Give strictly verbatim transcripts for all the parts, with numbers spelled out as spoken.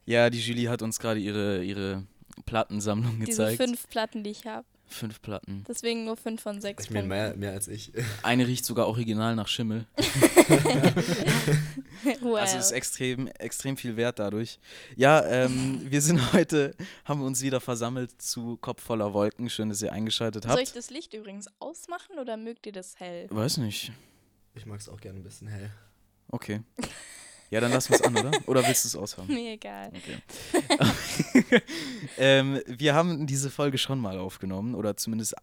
Ja, die Julie hat uns gerade ihre, ihre Plattensammlung Diese gezeigt. fünf Platten, die ich habe. Fünf Platten. Deswegen nur fünf von sechs Ich meine, Punkten. mehr, mehr als ich. Eine riecht sogar original nach Schimmel. well. Also ist extrem, extrem viel wert dadurch. Ja, ähm, wir sind heute, haben wir uns wieder versammelt zu Kopf voller Wolken. Schön, dass ihr eingeschaltet habt. Soll ich das Licht übrigens ausmachen oder mögt ihr das hell? Weiß nicht. Ich mag es auch gerne ein bisschen hell. Okay. Ja, dann lassen wir es an, oder? Oder willst du es aushaben? Mir egal. Okay. ähm, wir haben diese Folge schon mal aufgenommen oder zumindest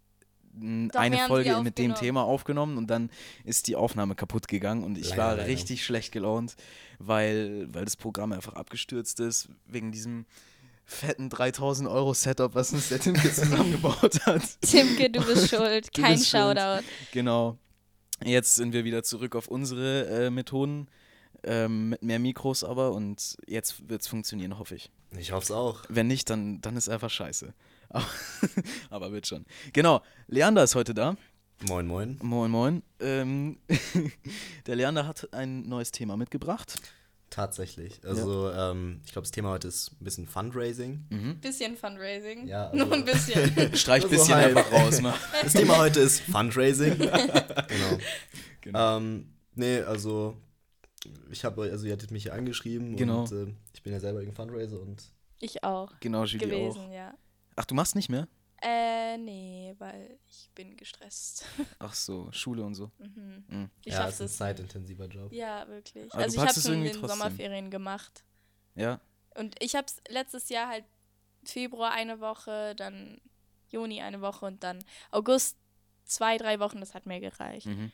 m, Doch, eine wir haben Folge sie mit dem aufgenommen. Thema aufgenommen und dann ist die Aufnahme kaputt gegangen und ich Leider, war leider. richtig schlecht gelaunt, weil, weil das Programm einfach abgestürzt ist wegen diesem fetten dreitausend Euro Setup, was uns der Timke zusammengebaut hat. Timke, du bist schuld. Du Kein bist schuld. Shoutout. Genau. Jetzt sind wir wieder zurück auf unsere äh, Methoden, ähm, mit mehr Mikros aber und jetzt wird es funktionieren, hoffe ich. Ich hoffe es auch. Wenn nicht, dann, dann ist einfach scheiße. Aber, aber wird schon. Genau, Leander ist heute da. Moin, moin. Moin, moin. Ähm, der Leander hat ein neues Thema mitgebracht. Tatsächlich. Also, ähm, ich glaube, das Thema heute ist ein bisschen Fundraising. Mhm. Bisschen Fundraising. Ja, also- Nur ein bisschen. Streich ein Also bisschen halb. einfach raus. Mal. Das Thema heute ist Fundraising. Genau. Genau. Ähm, nee, also, ich habe, also, ihr hattet mich hier angeschrieben Genau. und äh, ich bin ja selber irgendein Fundraiser und Ich auch. Genau, Julie gewesen, auch. ja. Ach, du machst nicht mehr? Äh, nee, weil ich bin gestresst. Ach so, Schule und so. Mhm. Mhm. Ich ja, schaff's es ist ein es zeitintensiver Job. Ja, wirklich. Aber du also ich packst hab's es in irgendwie den trotzdem. Sommerferien gemacht. Ja, Und ich hab's letztes Jahr halt Februar eine Woche, dann Juni eine Woche und dann August zwei, drei Wochen, das hat mir gereicht. mhm.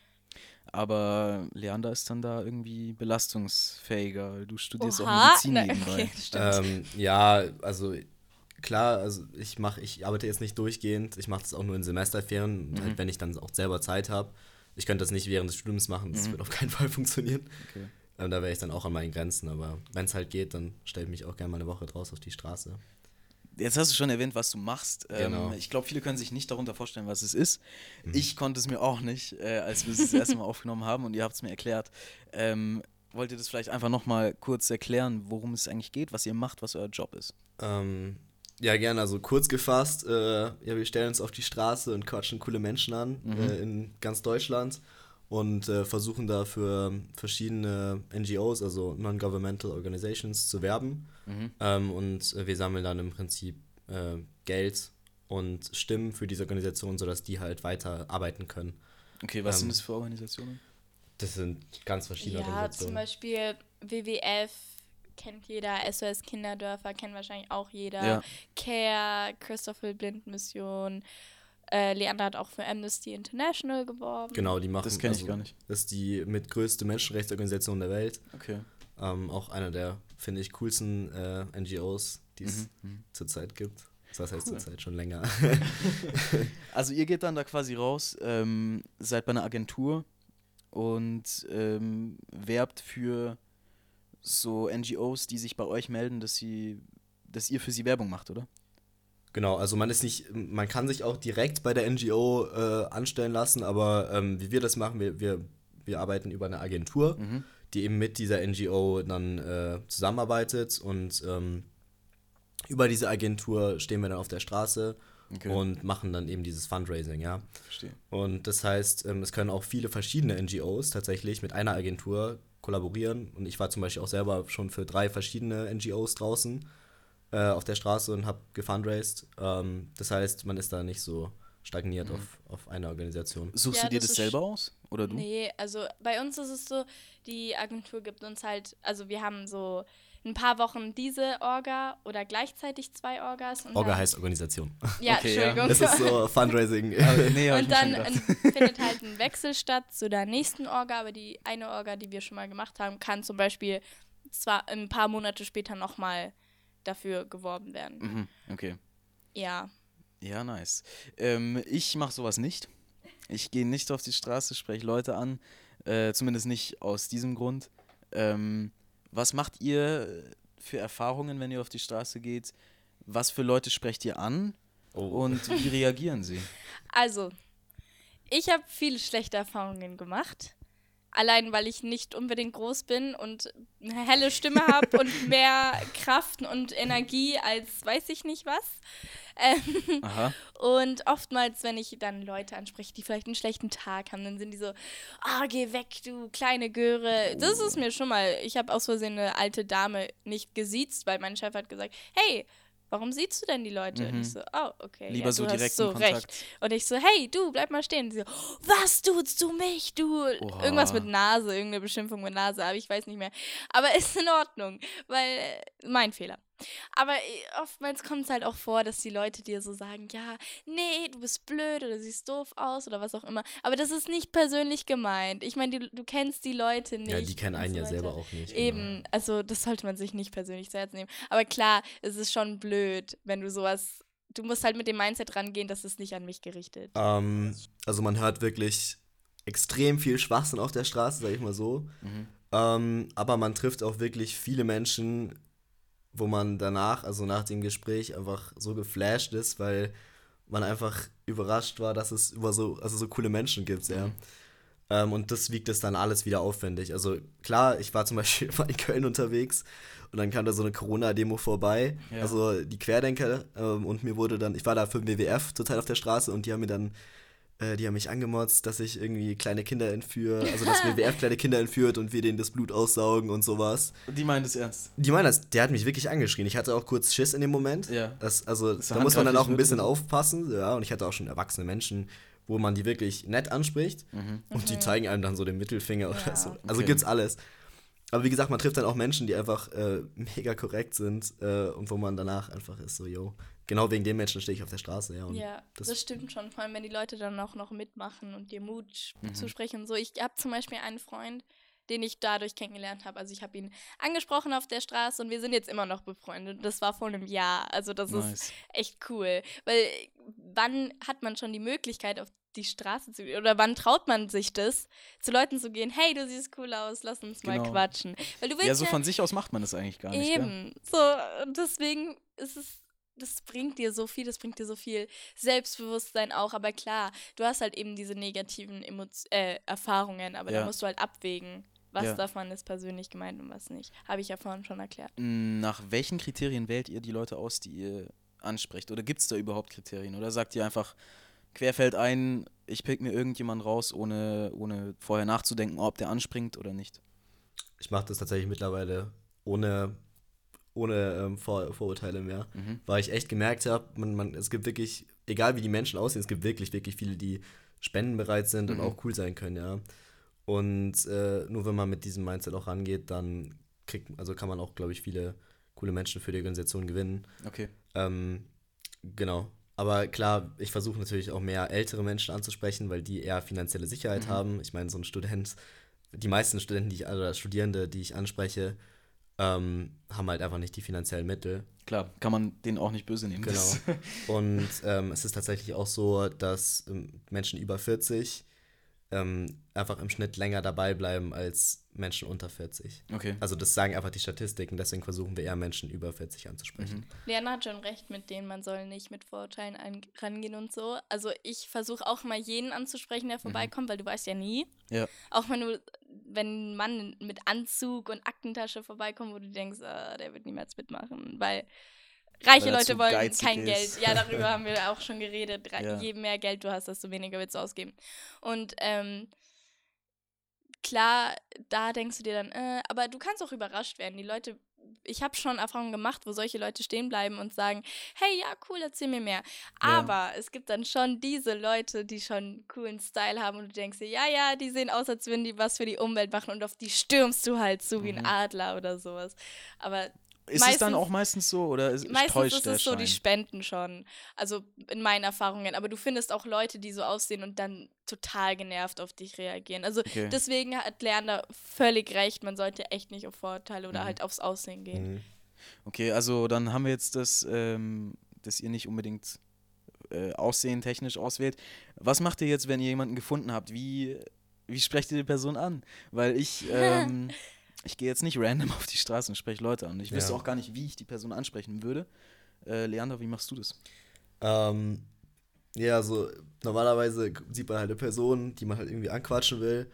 Aber Leander ist dann da irgendwie belastungsfähiger. Du studierst auch Oha. Medizin Na, nebenbei. okay, stimmt. Ähm, ja, also klar, also ich mache, ich arbeite jetzt nicht durchgehend, ich mache das auch nur in Semesterferien, und Mhm. halt, wenn ich dann auch selber Zeit habe. Ich könnte das nicht während des Studiums machen, das Mhm. wird auf keinen Fall funktionieren. Okay. Ähm, da wäre ich dann auch an meinen Grenzen, aber wenn es halt geht, dann stelle ich mich auch gerne mal eine Woche draus auf die Straße. Jetzt hast du schon erwähnt, was du machst. Genau. Ähm, ich glaube, viele können sich nicht darunter vorstellen, was es ist. Mhm. Ich konnte es mir auch nicht, äh, als wir es das erste Mal aufgenommen haben und ihr habt es mir erklärt. Ähm, wollt ihr das vielleicht einfach nochmal kurz erklären, worum es eigentlich geht, was ihr macht, was euer Job ist? Ähm, ja, gerne, also kurz gefasst, äh, ja, wir stellen uns auf die Straße und quatschen coole Menschen an Mhm. äh, in ganz Deutschland und äh, versuchen da für verschiedene N G Os, also Non-Governmental Organizations, zu werben. Mhm. Ähm, und äh, wir sammeln dann im Prinzip äh, Geld und Stimmen für diese Organisation, sodass die halt weiter arbeiten können. Okay, was Ähm, sind das für Organisationen? Das sind ganz verschiedene Ja, zum Organisationen. Beispiel W W F kennt jeder, S O S Kinderdörfer kennt wahrscheinlich auch jeder, Ja. CARE, Christopher Blind Mission, äh, Leander hat auch für Amnesty International geworben. Genau, die machen. Das kenn ich also, gar nicht. Das ist die mit größte Menschenrechtsorganisation der Welt. Okay. Ähm, auch einer der, finde ich, coolsten äh, N G Os, die es Mhm. Mhm. zurzeit gibt. Das heißt Cool. zurzeit schon länger. Also ihr geht dann da quasi raus, ähm, seid bei einer Agentur und ähm, werbt für so N G Os, die sich bei euch melden, dass sie, dass ihr für sie Werbung macht, oder? Genau, also man ist nicht, man kann sich auch direkt bei der N G O äh, anstellen lassen, aber ähm, wie wir das machen, wir, wir, wir arbeiten über eine Agentur, Mhm. die eben mit dieser N G O dann äh, zusammenarbeitet und ähm, über diese Agentur stehen wir dann auf der Straße Okay. und machen dann eben dieses Fundraising, ja. Verstehe. Und das heißt, ähm, es können auch viele verschiedene N G Os tatsächlich mit einer Agentur kollaborieren. Und ich war zum Beispiel auch selber schon für drei verschiedene N G Os draußen äh, auf der Straße und habe gefundraised. Ähm, das heißt, man ist da nicht so stagniert Mhm. auf, auf eine Organisation. Suchst Ja, du dir das das ist selber aus? Oder du? Nee, also bei uns ist es so, die Agentur gibt uns halt, also wir haben so ein paar Wochen diese Orga oder gleichzeitig zwei Orgas. Und Orga dann, heißt Organisation. Ja, Okay, ja. Entschuldigung. Das ist so Fundraising. Aber, nee, hab ich Und mir schon dann gedacht. ähm, findet halt ein Wechsel statt zu der nächsten Orga, aber die eine Orga, die wir schon mal gemacht haben, kann zum Beispiel zwar ein paar Monate später nochmal dafür geworben werden. Mhm. Okay. Ja. Ja, nice. Ähm, ich mache sowas nicht. Ich gehe nicht auf die Straße, spreche Leute an. Äh, zumindest nicht aus diesem Grund. Ähm, was macht ihr für Erfahrungen, wenn ihr auf die Straße geht? Was für Leute sprecht ihr an? Oh. Und wie reagieren sie? Also, ich habe viele schlechte Erfahrungen gemacht, allein weil ich nicht unbedingt groß bin und eine helle Stimme habe und mehr Kraft und Energie als weiß ich nicht was. Ähm, Aha. und oftmals, wenn ich dann Leute anspreche, die vielleicht einen schlechten Tag haben, dann sind die so, ah, geh weg, du kleine Göre. Das ist mir schon mal, ich habe aus Versehen eine alte Dame nicht gesiezt, weil mein Chef hat gesagt, hey, warum siehst du denn die Leute? Mhm. Und ich so, oh, okay. Lieber ja, so du hast direkten so Kontakt. recht. Und ich so, hey, du, bleib mal stehen. Und sie so, was tust du mich, du? Oha. Irgendwas mit Nase, irgendeine Beschimpfung mit Nase, aber ich weiß nicht mehr. Aber ist in Ordnung, weil, äh, mein Fehler. Aber äh, oftmals kommt es halt auch vor, dass die Leute dir so sagen, ja, nee, du bist blöd oder siehst doof aus oder was auch immer. Aber das ist nicht persönlich gemeint. Ich meine, du, du kennst die Leute nicht. Ja, die kennen und einen so ja weiter. selber auch nicht. Eben, also das sollte man sich nicht persönlich zu Herzen nehmen. Aber klar, es ist schon blöd, wenn du sowas, du musst halt mit dem Mindset rangehen, das ist nicht an mich gerichtet. Ähm, also man hört wirklich extrem viel Schwachsinn auf der Straße, sag ich mal so. Mhm. Ähm, aber man trifft auch wirklich viele Menschen, wo man danach, also nach dem Gespräch, einfach so geflasht ist, weil man einfach überrascht war, dass es über so, also so coole Menschen gibt, ja. Mhm. Ähm, und das wiegt es dann alles wieder aufwendig. Also klar, ich war zum Beispiel mal in Köln unterwegs und dann kam da so eine Corona-Demo vorbei, Ja. also die Querdenker, ähm, und mir wurde dann, ich war da für den W W F total auf der Straße und die haben mir dann, äh, die haben mich angemotzt, dass ich irgendwie kleine Kinder entführe, also dass W W F kleine Kinder entführt und wir denen das Blut aussaugen und sowas. Die meinen das ernst. Die meinen das, der hat mich wirklich angeschrien. Ich hatte auch kurz Schiss in dem Moment. Ja. Das, also Das da muss man dann auch ein handgreiflich bisschen wird oder so. aufpassen, ja, und ich hatte auch schon erwachsene Menschen, wo man die wirklich nett anspricht Mhm. und die zeigen einem dann so den Mittelfinger oder Ja. so. Also Okay. gibt's alles. Aber wie gesagt, man trifft dann auch Menschen, die einfach äh, mega korrekt sind äh, und wo man danach einfach ist so, yo, genau wegen den Menschen stehe ich auf der Straße, ja. Und Ja, das, das- stimmt schon. Vor allem, wenn die Leute dann auch noch mitmachen und dir Mut Mhm. zusprechen und so. Ich habe zum Beispiel einen Freund, den ich dadurch kennengelernt habe. Also ich habe ihn angesprochen auf der Straße und wir sind jetzt immer noch befreundet. Das war vor einem Jahr. Also das ist Nice. echt cool. Weil wann hat man schon die Möglichkeit, auf die Straße zu gehen? Oder wann traut man sich das, zu Leuten zu gehen, hey, du siehst cool aus, lass uns mal Genau. quatschen. Weil du willst Ja, so von sich aus macht man das eigentlich gar nicht, gell? Eben. So, und deswegen ist es, das bringt dir so viel, das bringt dir so viel Selbstbewusstsein auch, aber klar, du hast halt eben diese negativen Emotio- äh, Erfahrungen, aber Ja. da musst du halt abwägen, was Ja. davon ist persönlich gemeint und was nicht. Habe ich ja vorhin schon erklärt. Nach welchen Kriterien wählt ihr die Leute aus, die ihr ansprecht? Oder gibt es da überhaupt Kriterien? Oder sagt ihr einfach, querfällt ein, ich pick mir irgendjemanden raus, ohne, ohne vorher nachzudenken, ob der anspringt oder nicht? Ich mache das tatsächlich mittlerweile ohne, ohne ähm, Vor Vorurteile mehr, Mhm. weil ich echt gemerkt habe, man, man, es gibt wirklich, egal wie die Menschen aussehen, es gibt wirklich, wirklich viele, die spendenbereit sind und Mhm. auch cool sein können, ja. Und äh, nur wenn man mit diesem Mindset auch rangeht, dann kriegt, also kann man auch, glaube ich, viele coole Menschen für die Organisation gewinnen. Okay. Ähm, genau. Aber klar, ich versuche natürlich auch mehr ältere Menschen anzusprechen, weil die eher finanzielle Sicherheit Mhm. haben. Ich meine, so ein Student, die meisten Studenten, die ich, oder Studierende, die ich anspreche, ähm, haben halt einfach nicht die finanziellen Mittel. Klar, kann man denen auch nicht böse nehmen. Genau. Das- Und ähm, es ist tatsächlich auch so, dass ähm, Menschen über vierzig ähm, einfach im Schnitt länger dabei bleiben als Menschen unter vierzig. Okay. Also das sagen einfach die Statistiken, deswegen versuchen wir eher Menschen über vierzig anzusprechen. Mhm. Leanna hat schon recht mit denen, man soll nicht mit Vorurteilen an, rangehen und so. Also ich versuche auch mal jeden anzusprechen, der vorbeikommt, weil du weißt ja nie. Ja. Auch wenn du, wenn ein Mann mit Anzug und Aktentasche vorbeikommt, wo du denkst, ah, der wird niemals mitmachen, weil reiche Weil er Leute zu wollen geizig kein ist. Geld. Ja, darüber haben wir auch schon geredet. Re- Ja. Je mehr Geld du hast, desto weniger willst du ausgeben. Und ähm, klar, da denkst du dir dann, äh, aber du kannst auch überrascht werden. Die Leute, ich habe schon Erfahrungen gemacht, wo solche Leute stehen bleiben und sagen, hey, ja, cool, erzähl mir mehr. Aber es gibt dann schon diese Leute, die schon coolen Style haben und du denkst dir, ja, ja, die sehen aus, als würden die was für die Umwelt machen und auf die stürmst du halt zu wie ein Mhm. Adler oder sowas. Aber Ist es dann meistens- auch meistens so oder ist, meistens täuscht ist der es so, die Schein? spenden schon. Also in meinen Erfahrungen. Aber du findest auch Leute, die so aussehen und dann total genervt auf dich reagieren. Also Okay. deswegen hat Leander völlig recht, man sollte echt nicht auf Vorurteile oder Mhm. halt aufs Aussehen gehen. Mhm. Okay, also dann haben wir jetzt das, ähm, dass ihr nicht unbedingt äh, Aussehen technisch auswählt. Was macht ihr jetzt, wenn ihr jemanden gefunden habt? Wie, wie sprecht ihr die Person an? Weil ich, ähm, ich gehe jetzt nicht random auf die Straße und spreche Leute an. Ich Ja. wüsste auch gar nicht, wie ich die Person ansprechen würde. Äh, Leander, wie machst du das? Ähm, ja, so normalerweise sieht man halt eine Person, die man halt irgendwie anquatschen will.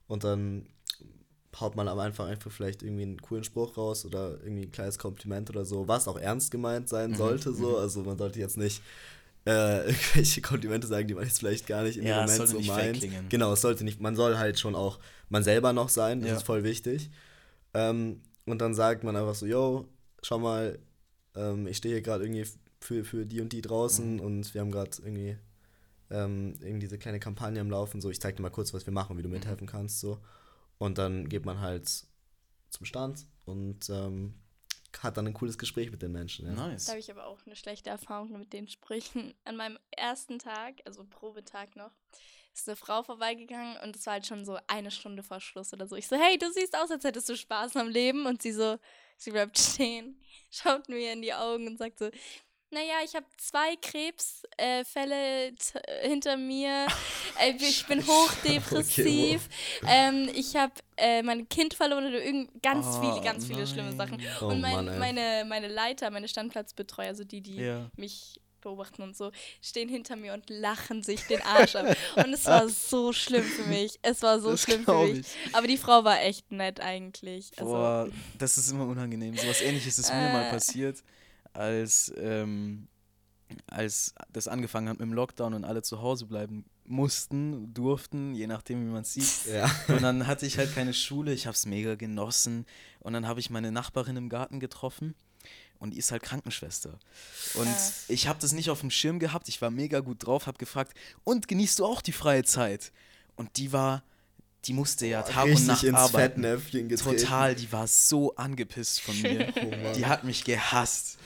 und dann haut man am Anfang einfach vielleicht irgendwie einen coolen Spruch raus oder irgendwie ein kleines Kompliment oder so, was auch ernst gemeint sein sollte, so. Also man sollte jetzt nicht äh, irgendwelche Komplimente sagen, die man jetzt vielleicht gar nicht in Ja, dem es Moment sollte so nicht meint. fake klingen. Genau, es sollte nicht, man soll halt schon auch man selber noch sein, das Ja. ist voll wichtig. Ähm, und dann sagt man einfach so, yo, schau mal, ähm, ich stehe hier gerade irgendwie für, für die und die draußen Mhm. und wir haben gerade irgendwie ähm, irgendwie diese kleine Kampagne am Laufen, so ich zeig dir mal kurz, was wir machen, wie du mithelfen kannst, so. Und dann geht man halt zum Stand und ähm, hat dann ein cooles Gespräch mit den Menschen. Ja. Da Nice. habe ich aber auch eine schlechte Erfahrung mit den Sprüchen. An meinem ersten Tag, also Probetag noch, ist eine Frau vorbeigegangen und es war halt schon so eine Stunde vor Schluss oder so. Ich so, hey, du siehst aus, als hättest du Spaß am Leben. Und sie so, sie bleibt stehen, schaut mir in die Augen und sagt so, naja, ich habe zwei Krebsfälle t- hinter mir. Äh, ich bin hochdepressiv. Ähm, ich habe äh, mein Kind verloren oder irgend ganz Oh, viele, ganz viele schlimme nein. Sachen. Oh und mein, Mann, ey. meine, meine Leiter, meine Standplatzbetreuer, also die, die Ja. mich beobachten und so, stehen hinter mir und lachen sich den Arsch ab. Und es war so schlimm für mich. Es war so Das schlimm für glaub mich. ich. Aber die Frau war echt nett eigentlich. Also, Boah, das ist immer unangenehm. So was Ähnliches ist mir mal Äh. passiert, als, ähm, als das angefangen hat mit dem Lockdown und alle zu Hause bleiben mussten, durften, je nachdem, wie man es sieht. Ja. Und dann hatte ich halt keine Schule, ich habe es mega genossen. Und dann habe ich meine Nachbarin im Garten getroffen und die ist halt Krankenschwester. Und Ah. ich habe das nicht auf dem Schirm gehabt, ich war mega gut drauf, habe gefragt, und genießt du auch die freie Zeit? Und die war, die musste ja Tag und Richtig Nacht ins arbeiten. Fettnäpfchen getreten. Total, die war so angepisst von mir. Oh Mann. Die hat mich gehasst.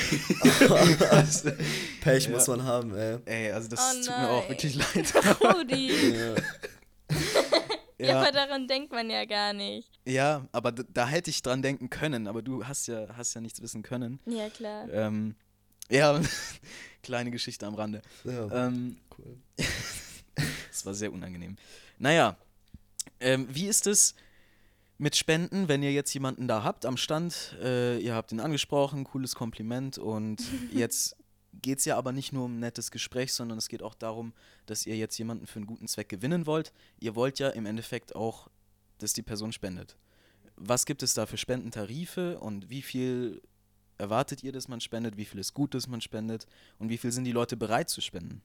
Pech Ja. muss man haben, ey. Ey, also das Oh tut mir auch nein. wirklich leid. Rudi. Ja. Ja, Ja, aber daran denkt man ja gar nicht. ja, aber d- da hätte ich dran denken können, aber du hast ja, hast ja nichts wissen können. Ja, klar. Ähm, ja, kleine Geschichte am Rande. Ja, Ähm, cool. Das war sehr unangenehm. Naja, ähm, wie ist es mit Spenden, wenn ihr jetzt jemanden da habt am Stand? Äh, ihr habt ihn angesprochen, cooles Kompliment und jetzt geht es ja aber nicht nur um ein nettes Gespräch, sondern es geht auch darum, dass ihr jetzt jemanden für einen guten Zweck gewinnen wollt. Ihr wollt ja im Endeffekt auch, dass die Person spendet. Was gibt es da für Spendentarife und wie viel erwartet ihr, dass man spendet? Wie viel ist gut, dass man spendet? Und wie viel sind die Leute bereit zu spenden?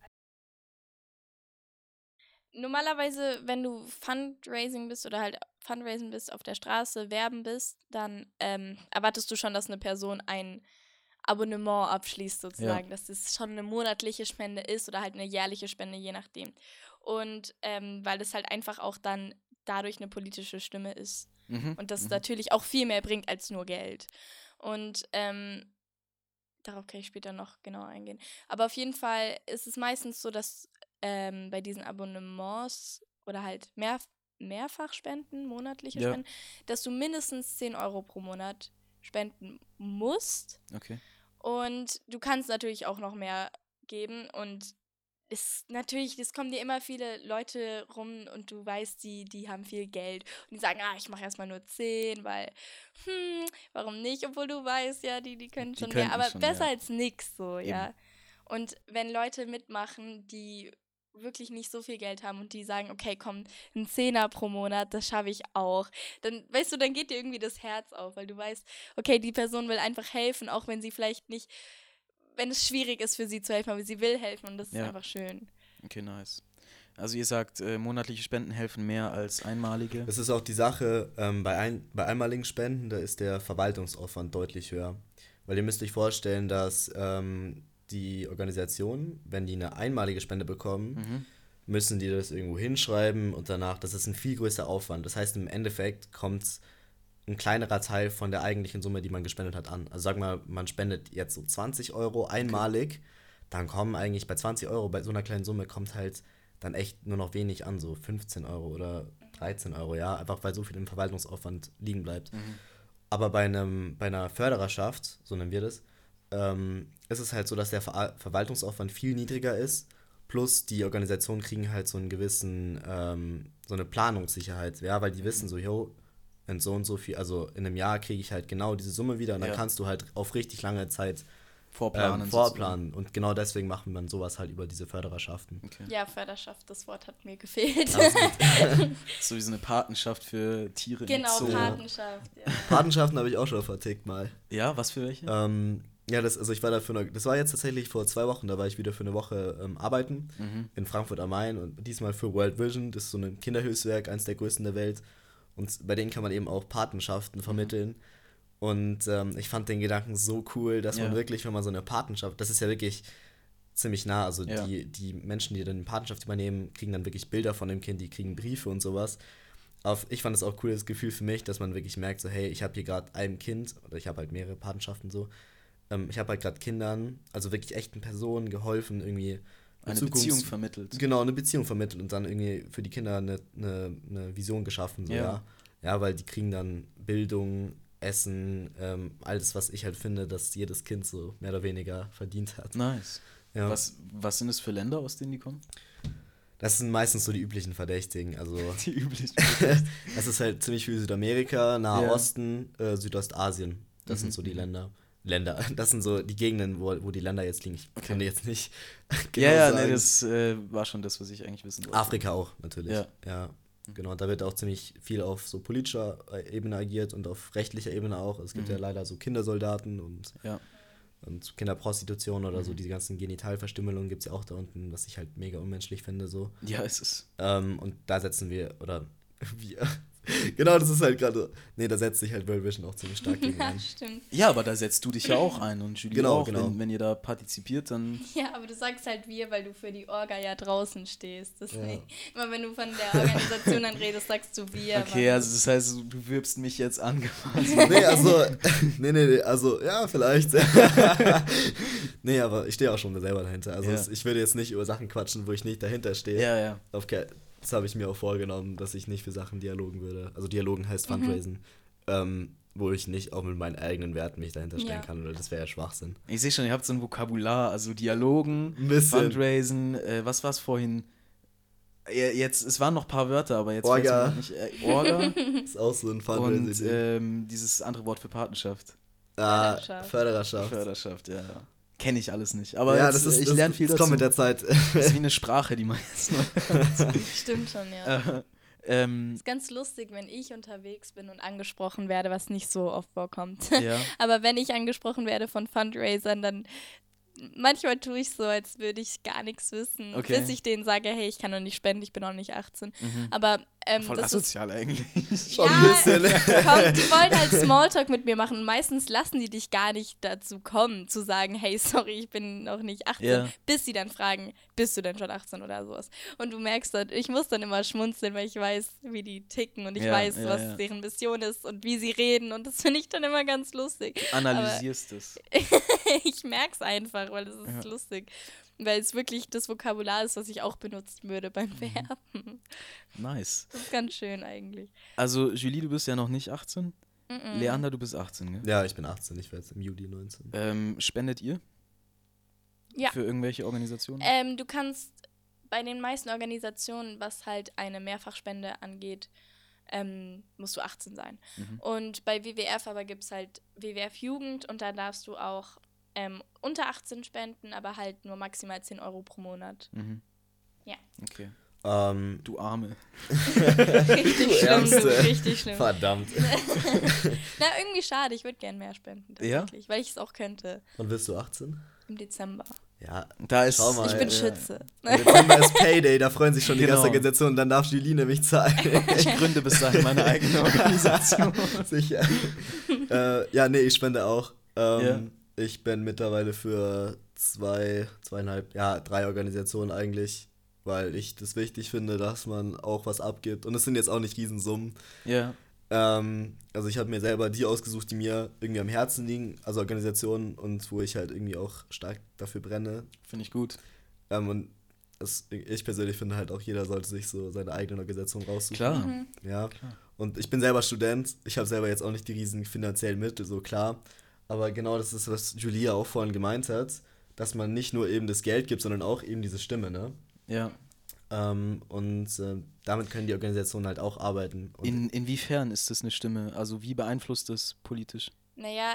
Normalerweise, wenn du Fundraising bist oder halt Fundraising bist, auf der Straße werben bist, dann ähm, erwartest du schon, dass eine Person ein Abonnement abschließt sozusagen, dass das schon eine monatliche Spende ist oder halt eine jährliche Spende, je nachdem. Und ähm, weil das halt einfach auch dann dadurch eine politische Stimme ist Mhm. und das mhm. natürlich auch viel mehr bringt als nur Geld. Und ähm, darauf kann ich später noch genauer eingehen. Aber auf jeden Fall ist es meistens so, dass ähm, bei diesen Abonnements oder halt mehr, Mehrfachspenden, monatliche Ja. Spenden, dass du mindestens zehn Euro pro Monat spenden musst. Okay. Und du kannst natürlich auch noch mehr geben. Und es natürlich, es kommen dir immer viele Leute rum und du weißt, die, die haben viel Geld. Und die sagen, ah, ich mache erstmal nur zehn, weil, hm, warum nicht? Obwohl du weißt, ja, die, die können Die schon könnten mehr. Aber schon, besser ja. als nix, so, Eben. ja. Und wenn Leute mitmachen, die wirklich nicht so viel Geld haben und die sagen, okay, komm, ein Zehner pro Monat, das schaffe ich auch. Dann, weißt du, dann geht dir irgendwie das Herz auf, weil du weißt, okay, die Person will einfach helfen, auch wenn sie vielleicht nicht, wenn es schwierig ist für sie zu helfen, aber sie will helfen und das ist Ja. einfach schön. Okay, nice. Also ihr sagt, äh, monatliche Spenden helfen mehr als einmalige. Das ist auch die Sache, ähm, bei, ein, bei einmaligen Spenden, da ist der Verwaltungsaufwand deutlich höher. Weil ihr müsst euch vorstellen, dass ähm, die Organisationen, wenn die eine einmalige Spende bekommen, Mhm. müssen die das irgendwo hinschreiben und danach, das ist ein viel größer Aufwand. Das heißt, im Endeffekt kommt ein kleinerer Teil von der eigentlichen Summe, die man gespendet hat, an. Also sag mal, man spendet jetzt so zwanzig Euro einmalig, dann kommen eigentlich bei zwanzig Euro, bei so einer kleinen Summe kommt halt dann echt nur noch wenig an, so fünfzehn Euro oder dreizehn Euro, ja, einfach weil so viel im Verwaltungsaufwand liegen bleibt. Mhm. Aber bei einem, bei einer Fördererschaft, so nennen wir das, ähm, ist es halt so, dass der Ver Verwaltungsaufwand viel niedriger ist, plus die Organisationen kriegen halt so einen gewissen, ähm, so eine Planungssicherheit, ja, weil die wissen so, yo, in so und so viel, also in einem Jahr kriege ich halt genau diese Summe wieder und dann Ja. kannst du halt auf richtig lange Zeit Vorplanen. ähm, vorplanen. Und genau deswegen macht man sowas halt über diese Fördererschaften. Okay. Ja, Förderschaft, das Wort hat mir gefehlt. So wie so eine Patenschaft für Tiere. Genau, im Zoo. Patenschaft. Ja. Patenschaften habe ich auch schon vertickt mal. Ja, was für welche? Ähm, ja, das, also ich war da für eine, das war jetzt tatsächlich vor zwei Wochen, da war ich wieder für eine Woche ähm, arbeiten Mhm. in Frankfurt am Main und diesmal für World Vision, das ist so ein Kinderhilfswerk, eines der größten der Welt. Und bei denen kann man eben auch Patenschaften vermitteln. Und ähm, ich fand den Gedanken so cool, dass man Ja. wirklich, wenn man so eine Patenschaft, das ist ja wirklich ziemlich nah, also Ja. die, die Menschen, die dann die Patenschaft übernehmen, kriegen dann wirklich Bilder von dem Kind, die kriegen Briefe und sowas. Auf, ich fand es auch cool, das Gefühl für mich, dass man wirklich merkt, so hey, ich habe hier gerade ein Kind, oder ich habe halt mehrere Patenschaften so, ähm, ich habe halt gerade Kindern, also wirklich echten Personen geholfen, irgendwie Eine Zukunfts- Beziehung vermittelt. Genau, eine Beziehung vermittelt und dann irgendwie für die Kinder eine, eine, eine Vision geschaffen. So, Ja. ja. ja, weil die kriegen dann Bildung, Essen, ähm, alles, was ich halt finde, dass jedes Kind so mehr oder weniger verdient hat. Nice. Ja. Was, was sind es für Länder, aus denen die kommen? Das sind meistens so die üblichen Verdächtigen. Also, Die üblichen. das ist halt ziemlich viel Südamerika, Nahe Ja. Osten, äh, Südostasien. Das Mhm, sind so die mhm. Länder. Länder, das sind so die Gegenden, wo, wo die Länder jetzt liegen. Ich Okay. kann dir jetzt nicht ja, ja, sagen. nee, das äh, war schon das, was ich eigentlich wissen wollte. Afrika auch, natürlich. Ja. Ja. Genau, da wird auch ziemlich viel auf so politischer Ebene agiert und auf rechtlicher Ebene auch. Es gibt Mhm. ja leider so Kindersoldaten und, Ja. und Kinderprostitution oder so, Mhm. diese ganzen Genitalverstümmelungen gibt es ja auch da unten, was ich halt mega unmenschlich finde. So. Ja, es ist. Ähm, und da setzen wir, oder wir, genau, das ist halt gerade, nee, da setzt sich halt World Vision auch ziemlich stark gegen Ja, ein. stimmt. Ja, aber da setzt du dich ja auch ein und Julie Genau, auch. genau. Wenn, wenn ihr da partizipiert, dann. Ja, aber du sagst halt wir, weil du für die Orga ja draußen stehst. Deswegen. Ja. Immer wenn du von der Organisation dann redest, sagst du wir. Okay, weil- also das heißt, du wirbst mich jetzt an. Nee, also, nee, nee, nee, also, ja, vielleicht. Nee, aber ich stehe auch schon selber dahinter. Also, Ja. es, ich würde jetzt nicht über Sachen quatschen, wo ich nicht dahinter stehe. Ja, ja. Auf ke- das habe ich mir auch vorgenommen, dass ich nicht für Sachen dialogen würde. Also, Dialogen heißt Mhm. Fundraisen, ähm, wo ich nicht auch mit meinen eigenen Werten mich dahinter stellen Ja. kann, weil das wäre ja Schwachsinn. Ich sehe schon, ihr habt so ein Vokabular, also Dialogen, Ein bisschen. Fundraisen, äh, was war es vorhin? Ja, jetzt, es waren noch ein paar Wörter, aber jetzt Orga. fällt's mir nicht. Äh, Orga Ist auch so ein und Fundraising. ähm, dieses andere Wort für Patenschaft. ah, Förderschaft. Fördererschaft. Förderschaft, ja, ja. Kenne ich alles nicht. Aber ja, jetzt, das ist, ich das, lerne viel das dazu. kommt mit der Zeit. Das ist wie eine Sprache, die man jetzt neu Stimmt schon, ja. äh, ähm, Ist ganz lustig, wenn ich unterwegs bin und angesprochen werde, was nicht so oft vorkommt. ja. Aber wenn ich angesprochen werde von Fundraisern, dann manchmal tue ich so, als würde ich gar nichts wissen, Okay. bis ich denen sage, hey, ich kann noch nicht spenden, ich bin noch nicht achtzehn. Mhm. Aber ähm, Voll das ist asozial eigentlich. Schon ja, ein bisschen. komm, die wollen halt Smalltalk mit mir machen. Und meistens lassen die dich gar nicht dazu kommen, zu sagen, hey, sorry, ich bin noch nicht achtzehn, Ja. bis sie dann fragen, bist du denn schon achtzehn oder sowas. Und du merkst dann, ich muss dann immer schmunzeln, weil ich weiß, wie die ticken und ich Ja, weiß, ja, was ja. deren Mission ist und wie sie reden. Und das finde ich dann immer ganz lustig. Analysierst es. Ich merke es einfach, weil es ist Ja. lustig. Weil es wirklich das Vokabular ist, was ich auch benutzen würde beim Mhm. Verben. Nice. Das ist ganz schön eigentlich. Also, Julie, du bist ja noch nicht achtzehn. Mm-mm. Leander, du bist achtzehn, gell? Ja, ich bin achtzehn, ich werde jetzt im Juli neunzehn. Ähm, spendet ihr? Ja. Für irgendwelche Organisationen? Ähm, du kannst bei den meisten Organisationen, was halt eine Mehrfachspende angeht, ähm, musst du achtzehn sein. Mhm. Und bei W W F aber gibt es halt W W F Jugend und da darfst du auch ähm, unter achtzehn spenden, aber halt nur maximal zehn Euro pro Monat. Mhm. Ja. Okay. Ähm, Du Arme. Richtig Du schlimm, Ärmste. du, richtig schlimm. verdammt. Na, irgendwie schade, ich würde gern mehr spenden, Ja? tatsächlich, weil ich es auch könnte Und bist du achtzehn? im Dezember. Ja. Da ist. Schau mal. Ich bin ja. Schütze. Im Dezember ist Payday, da freuen sich schon die Genau. ganze Organisation, dann darf Julie nämlich zahlen. Ich gründe bis dahin meine eigene Organisation. Sicher. äh, ja, nee, ich spende auch. Ähm, Ja. Ich bin mittlerweile für zwei, zweieinhalb, ja, drei Organisationen eigentlich, weil ich das wichtig finde, dass man auch was abgibt. Und es sind jetzt auch nicht Riesensummen. Ja. Ähm, also ich habe mir selber die ausgesucht, die mir irgendwie am Herzen liegen, also Organisationen und wo ich halt irgendwie auch stark dafür brenne. Finde ich gut. Ähm, und das, ich persönlich finde halt auch, jeder sollte sich so seine eigene Organisation raussuchen. Klar. Mhm. Ja. Klar. Und ich bin selber Student, ich habe selber jetzt auch nicht die riesigen finanziellen Mittel, so klar. Aber genau das ist, was Julia auch vorhin gemeint hat, dass man nicht nur eben das Geld gibt, sondern auch eben diese Stimme, ne? Ja. Ähm, und äh, damit können die Organisationen halt auch arbeiten. Und In, inwiefern ist das eine Stimme? Also, wie beeinflusst das politisch? Naja,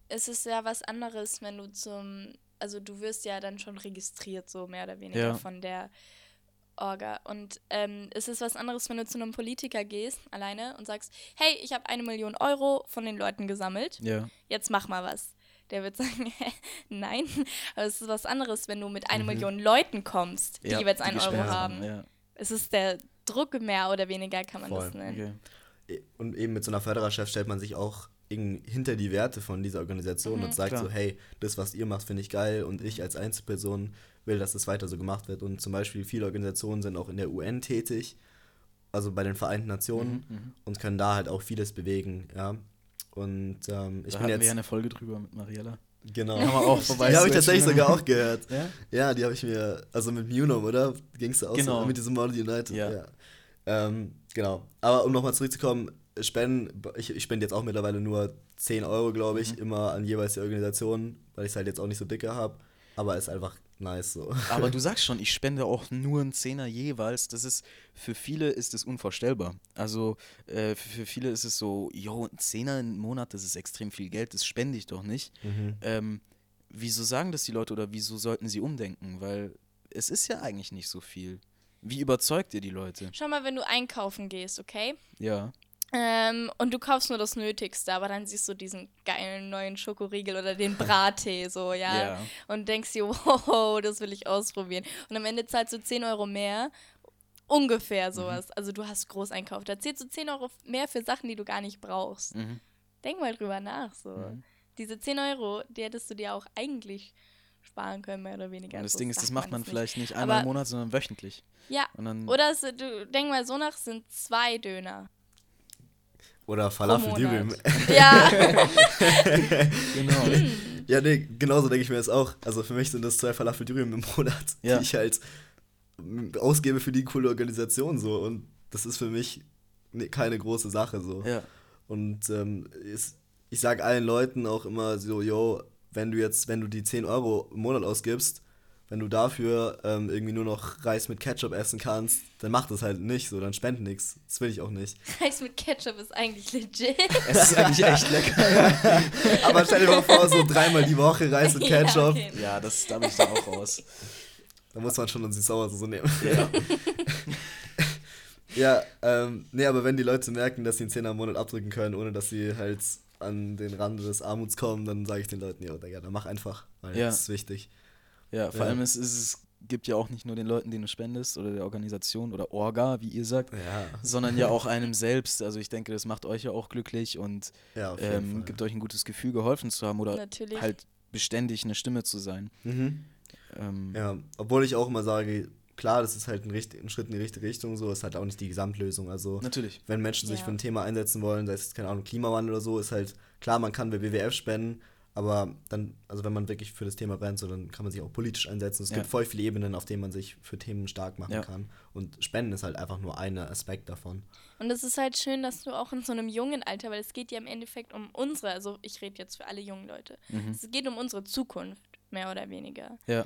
es ist ja was anderes, wenn du zum, also du wirst ja dann schon registriert, so mehr oder weniger Ja. von der Orga. Und ähm, es ist was anderes, wenn du zu einem Politiker gehst, alleine, und sagst, hey, ich habe eine Million Euro von den Leuten gesammelt, Ja. jetzt mach mal was. Der wird sagen, nein. Aber es ist was anderes, wenn du mit einer Mhm. Million Leuten kommst, die Ja, jeweils die einen Euro gespendet haben. Ja. Es ist der Druck mehr oder weniger, kann man Voll. das nennen. Okay. Und eben mit so einer Fördererschaft stellt man sich auch in, hinter die Werte von dieser Organisation Mhm. und sagt Klar. so, hey, das, was ihr macht, finde ich geil und ich als Einzelperson will, dass das weiter so gemacht wird. Und zum Beispiel viele Organisationen sind auch in der U N tätig, also bei den Vereinten Nationen Mhm, mhm. und können da halt auch vieles bewegen, ja. Und ähm, ich Da bin hatten jetzt... wir ja eine Folge drüber mit Mariella. Genau. Kann man auch vorbei Die habe ich switchen. tatsächlich sogar auch gehört. Ja? Ja, die habe ich mir, also mit Munum, oder? Ging's da auch Genau. so mit diesem Model United? Ja. Ähm, genau. Aber um nochmal zurückzukommen, Spenden, ich, ich spende jetzt auch mittlerweile nur zehn Euro, glaube ich, Mhm. immer an jeweils die Organisation, weil ich es halt jetzt auch nicht so dicke habe. Aber ist einfach nice so. Aber du sagst schon, ich spende auch nur einen Zehner jeweils. Das ist, für viele ist es unvorstellbar. Also äh, für, für viele ist es so, yo, ein Zehner im Monat, das ist extrem viel Geld, das spende ich doch nicht. Mhm. Ähm, wieso sagen das die Leute oder wieso sollten sie umdenken? Weil es ist ja eigentlich nicht so viel. Wie überzeugt ihr die Leute? Schau mal, wenn du einkaufen gehst, okay? Ja. Ähm, und du kaufst nur das Nötigste, aber dann siehst du diesen geilen neuen Schokoriegel oder den Brattee, so, ja? Ja. Und denkst dir, wow, das will ich ausprobieren. Und am Ende zahlst du zehn Euro mehr, ungefähr sowas. Also du hast Großeinkauf, da zahlst du zehn Euro mehr für Sachen, die du gar nicht brauchst. Mhm. Denk mal drüber nach, so. Mhm. Diese zehn Euro, die hättest du dir auch eigentlich sparen können, mehr oder weniger. Und das So Ding ist, das sagt macht man es vielleicht nicht Aber- einmal im Monat, sondern wöchentlich. Ja, Und dann, oder es, du denk mal so nach, es sind zwei Döner. Oder pro Falafel Monat. Dürüm. Ja, genau. Ja, nee, genauso denke ich mir das auch. Also für mich sind das zwei Falafel Dürüm im Monat, Ja. die ich halt m- ausgebe für die coole Organisation so. Und das ist für mich ne, keine große Sache so. Ja. Und ähm, ist, ich sage allen Leuten auch immer so, yo, wenn du jetzt, wenn du die zehn Euro im Monat ausgibst, wenn du dafür ähm, irgendwie nur noch Reis mit Ketchup essen kannst, dann mach das halt nicht so, dann spend nix. Das will ich auch nicht. Reis mit Ketchup ist eigentlich legit. Es ist eigentlich echt lecker. Aber stell dir mal vor, so dreimal die Woche Reis mit Ja, Ketchup, okay. Ja, das, da bin ich dann auch raus. da muss man schon uns die Sauersoße nehmen. Ja. Ja, ähm, nee, aber wenn die Leute merken, dass sie einen Zehner im Monat abdrücken können, ohne dass sie halt an den Rand des Armuts kommen, dann sage ich den Leuten, ja, Digga, dann mach einfach, weil Ja. das ist wichtig. Ja, vor Ja. allem es, ist, es gibt ja auch nicht nur den Leuten, denen du spendest oder der Organisation oder Orga, wie ihr sagt, Ja, sondern ja auch einem selbst. Also ich denke, das macht euch ja auch glücklich und ja auf jeden ähm, Fall. gibt euch ein gutes Gefühl, geholfen zu haben oder Natürlich. halt beständig eine Stimme zu sein. Mhm. Ähm, Ja, obwohl ich auch immer sage, klar, das ist halt ein, richt- ein Schritt in die richtige Richtung, so ist halt auch nicht die Gesamtlösung. Also Natürlich. wenn Menschen sich Ja. für ein Thema einsetzen wollen, sei es, keine Ahnung, Klimawandel oder so, ist halt, klar, man kann bei W W F spenden, aber dann, also wenn man wirklich für das Thema brennt, so, dann kann man sich auch politisch einsetzen. Es Ja. gibt voll viele Ebenen, auf denen man sich für Themen stark machen Ja. kann. Und Spenden ist halt einfach nur ein Aspekt davon. Und es ist halt schön, dass du auch in so einem jungen Alter, weil es geht ja im Endeffekt um unsere, also ich rede jetzt für alle jungen Leute, Mhm. es geht um unsere Zukunft, mehr oder weniger. Ja.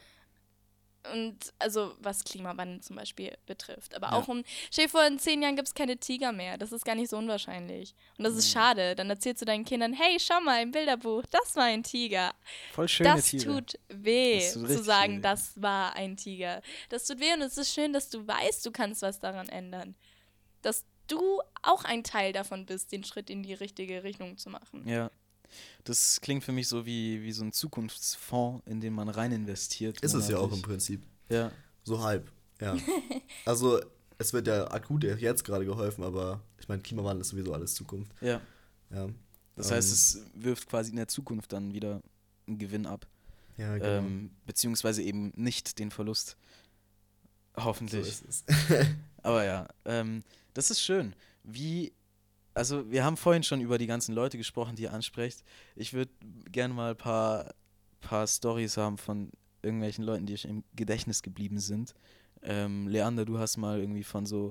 Und also was Klimawandel zum Beispiel betrifft. Aber Ja. auch um, stell dir vor, in zehn Jahren gibt es keine Tiger mehr. Das ist gar nicht so unwahrscheinlich. Und das ist schade. Dann erzählst du deinen Kindern, hey, schau mal, im Bilderbuch, das war ein Tiger. Voll schöne Das Tiere. tut weh, Das tut zu richtig sagen, weh. das war ein Tiger. Das tut weh und es ist schön, dass du weißt, du kannst was daran ändern. Dass du auch ein Teil davon bist, den Schritt in die richtige Richtung zu machen. Ja. Das klingt für mich so wie, wie so ein Zukunftsfonds, in den man rein investiert. Ist es ja auch im monatlich. Prinzip. Ja. So halb, ja. Also es wird ja akut jetzt gerade geholfen, aber ich meine, Klimawandel ist sowieso alles Zukunft. Ja. Ja, Das Ähm. heißt, es wirft quasi in der Zukunft dann wieder einen Gewinn ab. ja genau. Ähm, beziehungsweise eben nicht den Verlust. so Hoffentlich. ist es. Aber ja, ähm, das ist schön. Wie, also wir haben vorhin schon über die ganzen Leute gesprochen, die ihr ansprecht. Ich würde gerne mal ein paar, paar Storys haben von irgendwelchen Leuten, die euch im Gedächtnis geblieben sind. Ähm, Leander, du hast mal irgendwie von so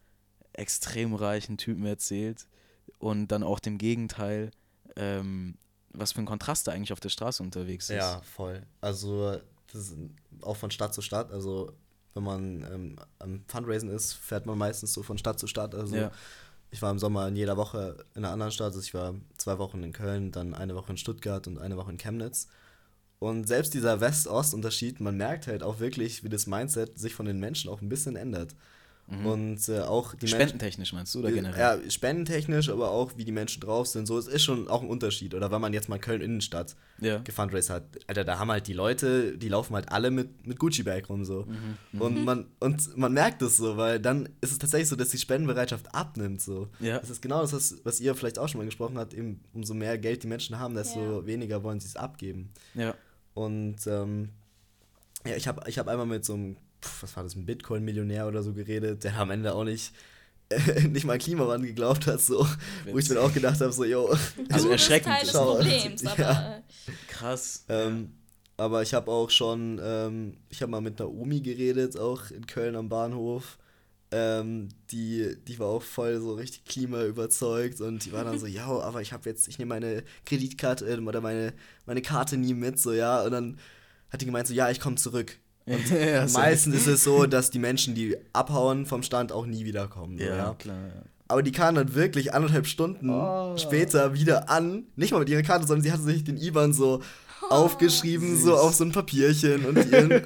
extrem reichen Typen erzählt und dann auch dem Gegenteil, ähm, was für ein Kontrast da eigentlich auf der Straße unterwegs ist. Ja, voll. Also das ist auch von Stadt zu Stadt. Also wenn man ähm, am Fundraisen ist, fährt man meistens so von Stadt zu Stadt. Also Ja. ich war im Sommer in jeder Woche in einer anderen Stadt. Also ich war zwei Wochen in Köln, dann eine Woche in Stuttgart und eine Woche in Chemnitz. Und selbst dieser West-Ost-Unterschied, man merkt halt auch wirklich, wie das Mindset sich von den Menschen auch ein bisschen ändert. Mhm. Und äh, auch die Spendentechnisch meinst du, oder generell? Ja, spendentechnisch, aber auch wie die Menschen drauf sind. So, es ist schon auch ein Unterschied. Oder wenn man jetzt mal Köln-Innenstadt ja. gefundraised hat, Alter, da haben halt die Leute, die laufen halt alle mit, mit Gucci-Bag rum so. Mhm. Und man und man merkt es so, weil dann ist es tatsächlich so, dass die Spendenbereitschaft abnimmt so. Ja. Das ist genau das, was, was ihr vielleicht auch schon mal gesprochen habt, eben umso mehr Geld die Menschen haben, desto ja. weniger wollen sie es abgeben. Ja. Und ähm, ja, ich habe ich hab einmal mit so einem, was war das, ein Bitcoin-Millionär oder so geredet, der am Ende auch nicht, äh, nicht mal Klimawandel geglaubt hat, so, wo ich mir auch gedacht habe, so, yo. Also erschreckend. Das ist Teil des Problems, aber... Ja. Krass. Ähm, aber ich habe auch schon, ähm, ich habe mal mit einer Omi geredet, auch in Köln am Bahnhof. Ähm, die, die war auch voll so richtig klimaüberzeugt und die war dann so, ja, aber ich habe jetzt, ich nehme meine Kreditkarte äh, oder meine, meine Karte nie mit, so, ja, und dann hat die gemeint so, ja, ich komme zurück. Und ja, meistens ist es so, dass die Menschen, die abhauen vom Stand, auch nie wiederkommen. So, ja, ja, klar, ja. Aber die kamen dann wirklich anderthalb Stunden oh. später wieder an, nicht mal mit ihrer Karte, sondern sie hatte sich den I B A N so oh, aufgeschrieben, süß. So auf so ein Papierchen und ihren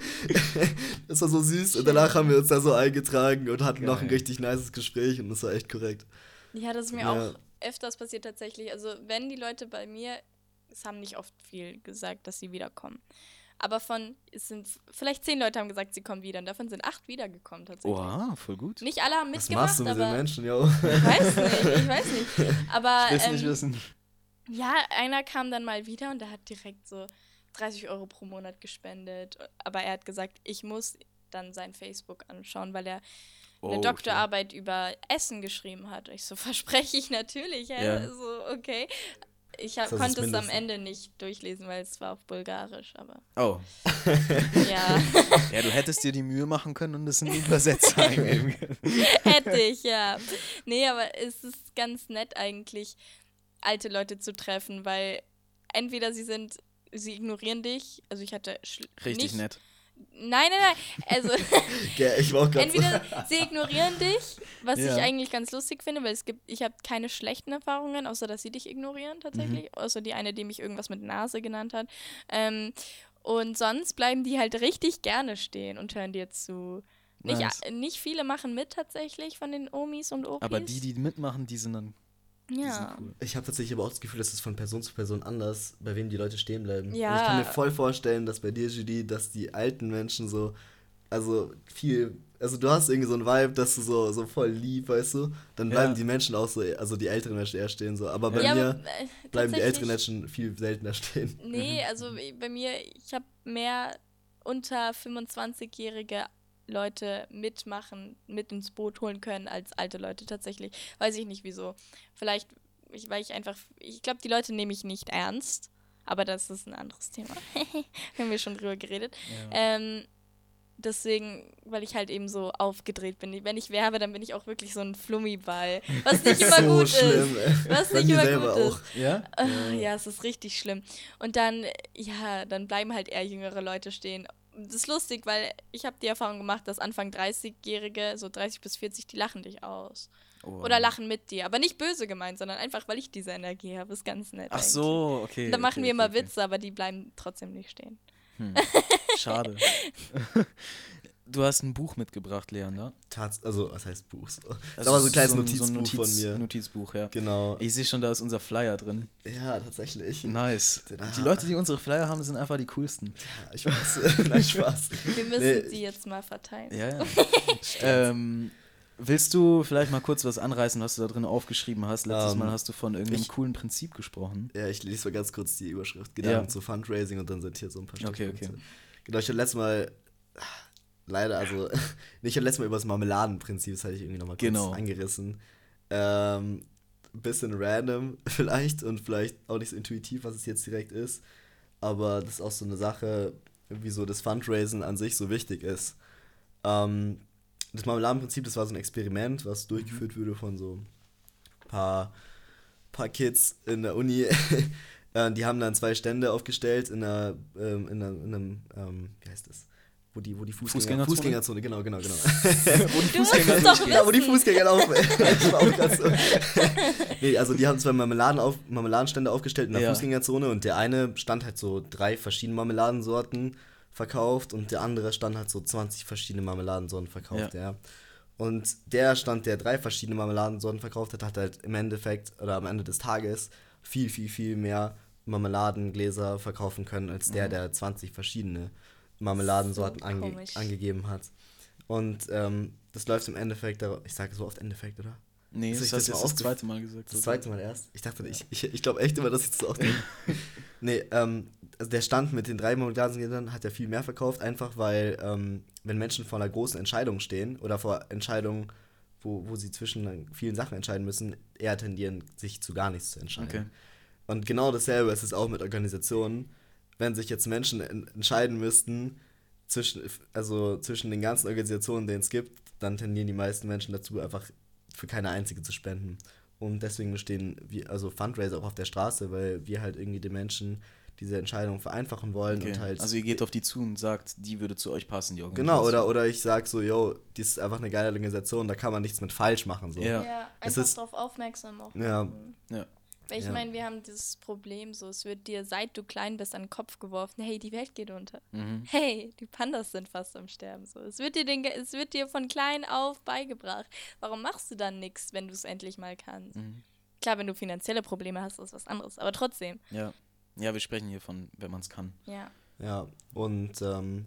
das war so süß. Und danach haben wir uns da so eingetragen und hatten Geil. Noch ein richtig nices Gespräch und das war echt korrekt. Ja, das ist mir ja. auch öfters passiert tatsächlich. Also wenn die Leute bei mir, es haben nicht oft viel gesagt, dass sie wiederkommen. Aber von, es sind vielleicht zehn Leute haben gesagt, sie kommen wieder und davon sind acht wiedergekommen tatsächlich. Wow, voll gut. Nicht alle haben Was mitgemacht, machst du mit aber den Menschen, yo? Ich weiß nicht, ich weiß nicht. Aber ich will ähm, nicht wissen. Ja, einer kam dann mal wieder und der hat direkt so dreißig Euro pro Monat gespendet. Aber er hat gesagt, ich muss dann sein Facebook anschauen, weil er eine oh, Doktorarbeit okay. über Essen geschrieben hat. Ich so, verspreche ich natürlich. Ja. Ja. So, okay. Ich hab, konnte es am Ende nicht durchlesen, weil es war auf Bulgarisch, aber... Oh. Ja. Ja, du hättest dir die Mühe machen können und es in Übersetzer eingeben können. Hätte ich, ja. Nee, aber es ist ganz nett eigentlich, alte Leute zu treffen, weil entweder sie sind, sie ignorieren dich, also ich hatte... Schl- Richtig nicht, nett. Nein, nein, nein, also ja, ich war auch entweder sie ignorieren dich, was ja. ich eigentlich ganz lustig finde, weil es gibt, ich habe keine schlechten Erfahrungen, außer dass sie dich ignorieren tatsächlich, mhm. außer die eine, die mich irgendwas mit Nase genannt hat. Ähm, und sonst bleiben die halt richtig gerne stehen und hören dir zu. Nicht, nice. nicht viele machen mit tatsächlich von den Omis und Opis. Aber die, die mitmachen, die sind dann Ja. Cool. Ich habe tatsächlich aber auch das Gefühl, dass es von Person zu Person anders, bei wem die Leute stehen bleiben. Ja. Also ich kann mir voll vorstellen, dass bei dir, Judy, dass die alten Menschen so, also viel, also du hast irgendwie so einen Vibe, dass du so, so voll lieb, weißt du, dann bleiben ja. die Menschen auch so, also die älteren Menschen eher stehen so, aber bei ja, mir aber, äh, bleiben die älteren Menschen viel seltener stehen. Nee, also bei mir, ich habe mehr unter fünfundzwanzigjährige Leute mitmachen, mit ins Boot holen können als alte Leute tatsächlich. Weiß ich nicht wieso. Vielleicht, ich, weil ich einfach, ich glaube, die Leute nehme ich nicht ernst, aber das ist ein anderes Thema. Haben wir schon drüber geredet. Ja. Ähm, deswegen, weil ich halt eben so aufgedreht bin. Wenn ich werbe, dann bin ich auch wirklich so ein Flummiball. Was nicht immer so gut schlimm, ist. Was nicht immer gut auch. ist. Ja? Uh, ja, es ist richtig schlimm. Und dann, ja, dann bleiben halt eher jüngere Leute stehen. Das ist lustig, weil ich habe die Erfahrung gemacht, dass Anfang dreißigjährige, so dreißig bis vierzig, die lachen dich aus. Oh. Oder lachen mit dir. Aber nicht böse gemeint, sondern einfach, weil ich diese Energie habe. Ist ganz nett. Ach eigentlich. so, okay. Und da machen okay, wir immer okay. Witze, aber die bleiben trotzdem nicht stehen. Hm. Schade. Du hast ein Buch mitgebracht, Leander. Tats- also, was heißt Buch? Das also war so ein kleines so ein, Notizbuch so ein Notiz, von mir. Notizbuch, ja. Genau. Ich sehe schon, da ist unser Flyer drin. Ja, tatsächlich. Nice. Die Leute, die unsere Flyer haben, sind einfach die coolsten. Ja, ich weiß. Nein, Spaß. Wir müssen nee. sie jetzt mal verteilen. Ja, ja. ähm, willst du vielleicht mal kurz was anreißen, was du da drin aufgeschrieben hast? Letztes um, Mal hast du von irgendeinem ich, coolen Prinzip gesprochen. Ja, ich lese mal ganz kurz die Überschrift. Gedanken ja. zu Fundraising und dann sind hier so ein paar Stichpunkte. Okay, okay. Genau, ich hatte letztes Mal... Leider, also, ich hatte letztes Mal über das Marmeladenprinzip, das hatte ich irgendwie nochmal kurz genau. angerissen. Ähm, bisschen random vielleicht und vielleicht auch nicht so intuitiv, was es jetzt direkt ist. Aber das ist auch so eine Sache, wieso das Fundraisen an sich so wichtig ist. Ähm, das Marmeladenprinzip, das war so ein Experiment, was durchgeführt wurde von so ein paar, paar Kids in der Uni. Die haben dann zwei Stände aufgestellt in, einer, in, einer, in einem, ähm, wie heißt das? wo die, wo die Fußgänger, Fußgängerzone? Fußgängerzone, genau, genau, genau. Wo die Du musst Fußgänger es doch durchgehen. Ja, wo die Fußgänger laufen. Das war auch grad so. Nee, also die haben zwei Marmeladen auf, Marmeladenstände aufgestellt in der Ja. Fußgängerzone und der eine stand halt so drei verschiedene Marmeladensorten verkauft und der andere stand halt so zwanzig verschiedene Marmeladensorten verkauft, ja. Ja. Und der Stand, der drei verschiedene Marmeladensorten verkauft hat, hat halt im Endeffekt oder am Ende des Tages viel, viel, viel mehr Marmeladengläser verkaufen können, als der, der zwanzig verschiedene Marmeladensorten So ange komisch. angegeben hat. Und ähm, das läuft im Endeffekt darauf, ich sage so oft Endeffekt, oder? Nee, Ist das euch hast das du mal jetzt das aufgef- zweite Mal gesagt. Das oder? zweite Mal erst? Ich dachte, ich, ich, ich glaube echt immer, dass ich das auch denke. Nee, ähm, also der Stand mit den drei Marmeladengläsern hat ja viel mehr verkauft, einfach weil, ähm, wenn Menschen vor einer großen Entscheidung stehen oder vor Entscheidungen, wo, wo sie zwischen vielen Sachen entscheiden müssen, eher tendieren, sich zu gar nichts zu entscheiden. Okay. Und genau dasselbe ist es auch mit Organisationen. Wenn sich jetzt Menschen en- entscheiden müssten, zwischen, also zwischen den ganzen Organisationen, denen es gibt, dann tendieren die meisten Menschen dazu, einfach für keine einzige zu spenden. Und deswegen bestehen wir, also Fundraiser auch auf der Straße, weil wir halt irgendwie den Menschen diese Entscheidung vereinfachen wollen Okay. und halt. Also ihr geht auf die zu und sagt, die würde zu euch passen, die Organisation. Genau, oder, oder ich sag so, yo, die ist einfach eine geile Organisation, da kann man nichts mit falsch machen. So. Ja. Ja, Es einfach ist- darauf aufmerksam auch Ja. machen. Ja. Weil ich Ja. meine, wir haben dieses Problem so, es wird dir, seit du klein bist, an den Kopf geworfen, hey, die Welt geht unter. Mhm. Hey, die Pandas sind fast am Sterben. So. Es, wird dir den, ge- es wird dir von klein auf beigebracht. Warum machst du dann nichts, wenn du es endlich mal kannst? Mhm. Klar, wenn du finanzielle Probleme hast, ist was anderes. Aber trotzdem, Ja. Ja, wir sprechen hier von, wenn man es kann. ja. Ja, und ähm,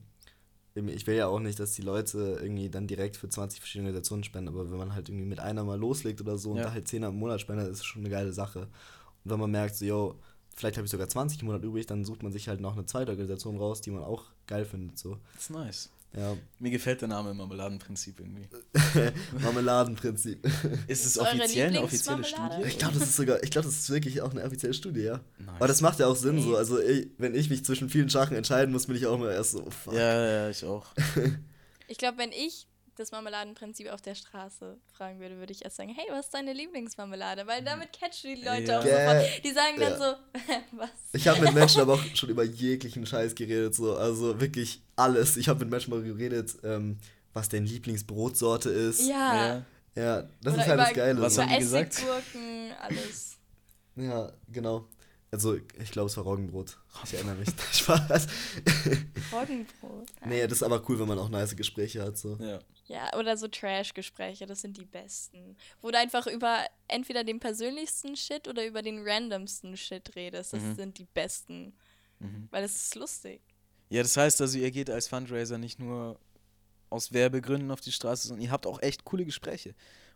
ich will ja auch nicht, dass die Leute irgendwie dann direkt für zwanzig verschiedene Organisationen spenden, aber wenn man halt irgendwie mit einer mal loslegt oder so und Ja. da halt zehner im Monat spendet, ist schon eine geile Sache. Und wenn man merkt, so, yo, vielleicht habe ich sogar zwanzig im Monat übrig, dann sucht man sich halt noch eine zweite Organisation raus, die man auch geil findet, so. Das ist nice. Ja, Mir gefällt der Name Marmeladenprinzip irgendwie. Marmeladenprinzip. Ist es Eure offiziell eine offizielle Lieblingsmarmelade? Studie? Ich glaube, das ist sogar, ich glaube, das ist wirklich auch eine offizielle Studie, ja. Nice. Aber das macht ja auch Sinn, so. Okay. Also, ich, wenn ich mich zwischen vielen Sachen entscheiden muss, bin ich auch immer erst so, oh, fuck. Ja, ja, ich auch. Ich glaube, wenn ich das Marmeladenprinzip auf der Straße fragen würde, würde ich erst sagen, hey, was ist deine Lieblingsmarmelade? Weil damit catchst du die Leute Ja. auch Gell. sofort. Die sagen dann Ja. so, was? Ich habe mit Menschen aber auch schon über jeglichen Scheiß geredet, so, also wirklich alles. Ich habe mit Menschen mal geredet, ähm, was deren Lieblingsbrotsorte ist. Ja. Ja. Ja, das Oder ist halt das über- Geile. Was so. haben Über die gesagt? Essiggurken, alles. Ja, genau. Also, ich glaube, es war Roggenbrot. Ich erinnere mich. Spaß. Roggenbrot. Ja. Nee, das ist aber cool, wenn man auch nice Gespräche hat, so. Ja. Ja, oder so Trash-Gespräche, das sind die besten. Wo du einfach über entweder den persönlichsten Shit oder über den randomsten Shit redest. Das Mhm. sind die besten. Mhm. Weil das ist lustig. Ja, das heißt also, ihr geht als Fundraiser nicht nur aus Werbegründen auf die Straße, sondern ihr habt auch echt coole Gespräche.